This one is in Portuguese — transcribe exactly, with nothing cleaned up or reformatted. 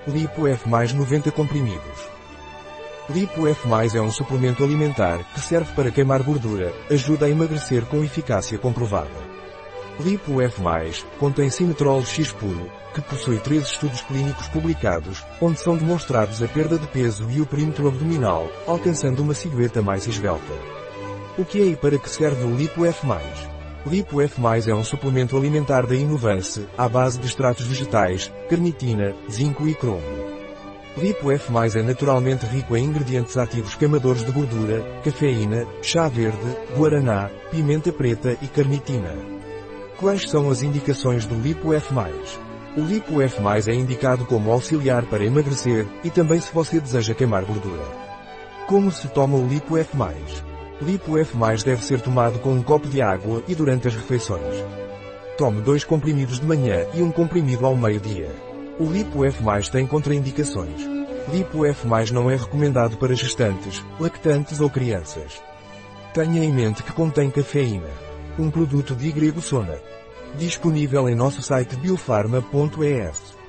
Lipo F mais noventa comprimidos. Lipo F mais é um suplemento alimentar que serve para queimar gordura, ajuda a emagrecer com eficácia comprovada. Lipo F mais contém Sinetrol X puro, que possui três estudos clínicos publicados, onde são demonstrados a perda de peso e o perímetro abdominal, alcançando uma silhueta mais esbelta. O que é e para que serve o Lipo F mais? Lipo F mais é um suplemento alimentar da Inovance, à base de extratos vegetais, carnitina, zinco e cromo. Lipo F mais é naturalmente rico em ingredientes ativos queimadores de gordura, cafeína, chá verde, guaraná, pimenta preta e carnitina. Quais são as indicações do Lipo F mais? O Lipo F mais é indicado como auxiliar para emagrecer, e também se você deseja queimar gordura. Como se toma o Lipo F mais? Lipo F mais deve ser tomado com um copo de água e durante as refeições. Tome dois comprimidos de manhã e um comprimido ao meio-dia. O Lipo F mais tem contraindicações. Lipo F mais não é recomendado para gestantes, lactantes ou crianças. Tenha em mente que contém cafeína. Um produto de Grego Sona. Disponível em nosso site biofarma ponto es.